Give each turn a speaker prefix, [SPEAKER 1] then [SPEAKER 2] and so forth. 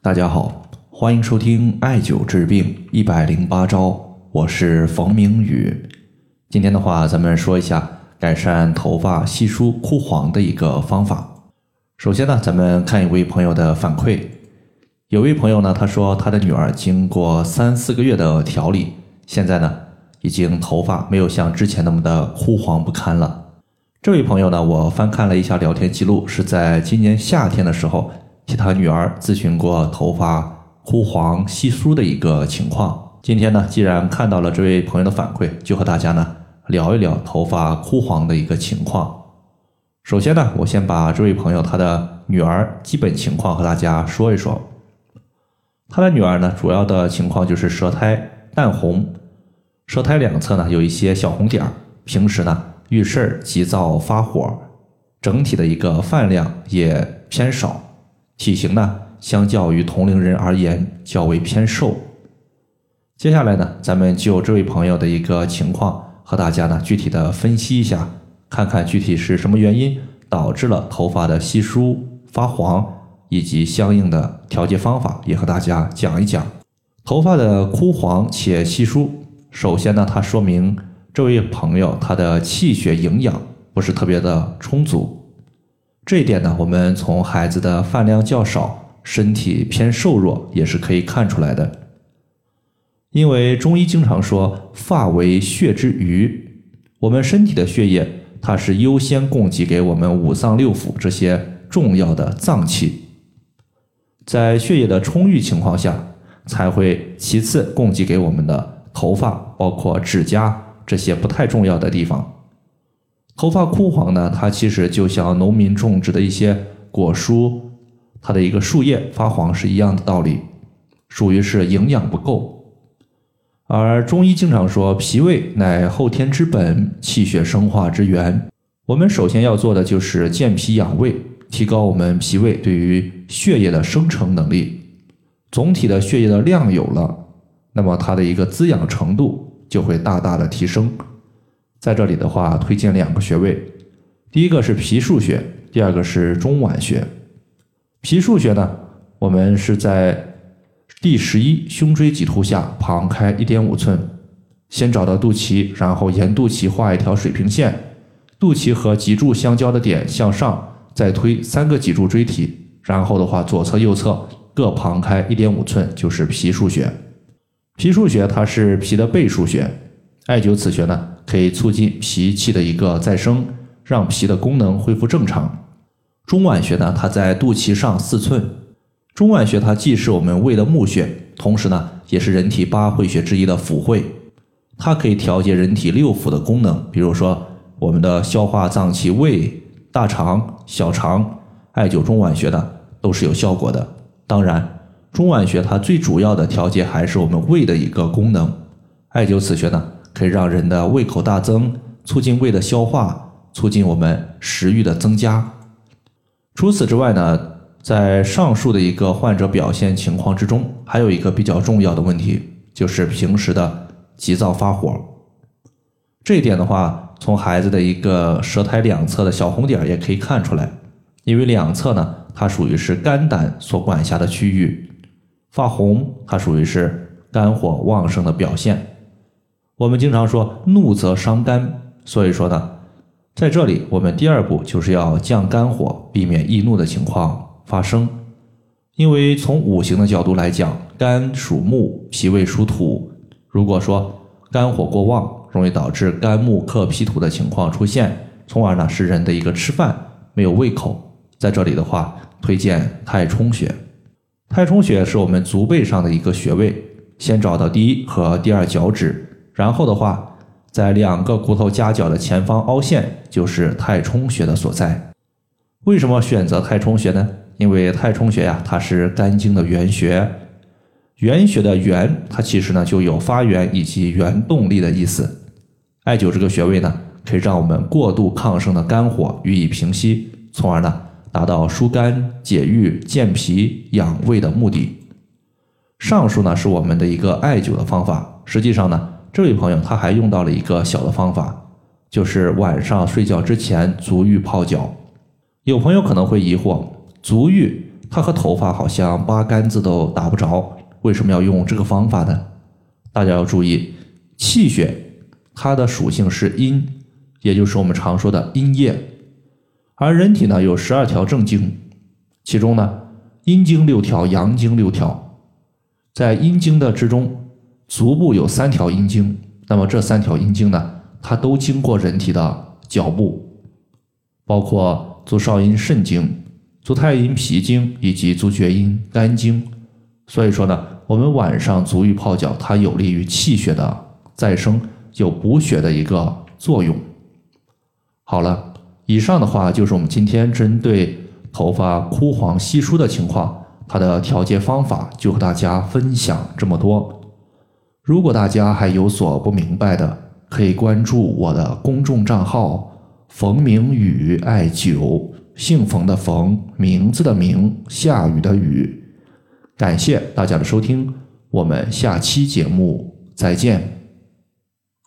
[SPEAKER 1] 大家好，欢迎收听艾灸治病108招，我是冯明宇。今天的话，咱们说一下改善头发稀疏枯黄的一个方法。首先呢，咱们看一位朋友的反馈。有位朋友呢，他说他的女儿经过3-4个月的调理，现在呢，已经头发没有像之前那么的枯黄不堪了。这位朋友呢，我翻看了一下聊天记录，是在今年夏天的时候替他女儿咨询过头发枯黄稀疏的一个情况。今天呢，既然看到了这位朋友的反馈，就和大家呢聊一聊头发枯黄的一个情况。首先呢，我先把这位朋友他的女儿基本情况和大家说一说。他的女儿呢，主要的情况就是舌苔淡红，舌苔两侧呢有一些小红点，平时呢遇事急躁发火，整体的一个饭量也偏少，体型呢相较于同龄人而言较为偏瘦。接下来呢，咱们就这位朋友的一个情况和大家呢具体的分析一下，看看具体是什么原因导致了头发的稀疏发黄，以及相应的调节方法也和大家讲一讲。头发的枯黄且稀疏，首先呢，它说明这位朋友他的气血营养不是特别的充足。这一点呢，我们从孩子的饭量较少，身体偏瘦弱也是可以看出来的。因为中医经常说发为血之余，我们身体的血液它是优先供给给我们五脏六腑这些重要的脏器，在血液的充裕情况下，才会其次供给给我们的头发，包括指甲这些不太重要的地方。头发枯黄呢，它其实就像农民种植的一些果蔬，它的一个树叶发黄是一样的道理，属于是营养不够。而中医经常说脾胃乃后天之本，气血生化之源。我们首先要做的就是健脾养胃，提高我们脾胃对于血液的生成能力。总体的血液的量有了，那么它的一个滋养程度就会大大的提升。在这里的话，推荐2个穴位，第一个是脾腧穴，第二个是中脘穴。脾腧穴呢，我们是在第11胸椎棘突下旁开 1.5 寸，先找到肚脐，然后沿肚脐画一条水平线，肚脐和脊柱相交的点向上，再推3个脊柱椎体，然后的话左侧右侧各旁开 1.5 寸，就是脾腧穴。脾腧穴它是脾的背腧穴，艾灸此穴呢，可以促进脾气的一个再生，让脾的功能恢复正常。中脘穴呢，它在肚脐上4寸。中脘穴它既是我们胃的募穴，同时呢也是人体8会穴之一的腑会，它可以调节人体6腑的功能，比如说我们的消化脏器胃、大肠、小肠，艾灸中脘穴呢都是有效果的。当然中脘穴它最主要的调节还是我们胃的一个功能，艾灸此穴呢可以让人的胃口大增，促进胃的消化，促进我们食欲的增加。除此之外呢，在上述的一个患者表现情况之中，还有一个比较重要的问题，就是平时的急躁发火。这一点的话，从孩子的一个舌苔两侧的小红点也可以看出来，因为两侧呢，它属于是肝胆所管辖的区域，发红它属于是肝火旺盛的表现。我们经常说怒则伤肝，所以说呢，在这里我们第2步就是要降肝火，避免易怒的情况发生。因为从五行的角度来讲，肝属木，脾胃属土，如果说肝火过旺，容易导致肝木克脾土的情况出现，从而呢使人的一个吃饭没有胃口。在这里的话，推荐太冲穴。太冲穴是我们足背上的一个穴位，先找到第1和第2脚趾，然后的话在2个骨头夹角的前方凹陷，就是太冲穴的所在。为什么选择太冲穴呢？因为太冲穴呀，它是肝经的原穴，原穴的原，它其实呢就有发源以及原动力的意思。艾灸这个穴位呢，可以让我们过度亢盛的肝火予以平息，从而呢达到疏肝解郁健脾养胃的目的。上述呢是我们的一个艾灸的方法，实际上呢这位朋友他还用到了一个小的方法，就是晚上睡觉之前足浴泡脚。有朋友可能会疑惑，足浴它和头发好像八竿子都打不着，为什么要用这个方法呢？大家要注意，气血它的属性是阴，也就是我们常说的阴液，而人体呢有12条正经，其中呢阴经6条，阳经6条。在阴经的之中，足部有3条阴经，那么这3条阴经呢，它都经过人体的脚部，包括足少阴肾经、足太阴脾经以及足厥阴肝经。所以说呢，我们晚上足浴泡脚，它有利于气血的再生，有补血的一个作用。好了，以上的话就是我们今天针对头发枯黄稀疏的情况，它的调节方法就和大家分享这么多。如果大家还有所不明白的，可以关注我的公众账号冯明宇艾灸，姓冯的冯，名字的名，下雨的雨。感谢大家的收听，我们下期节目再见。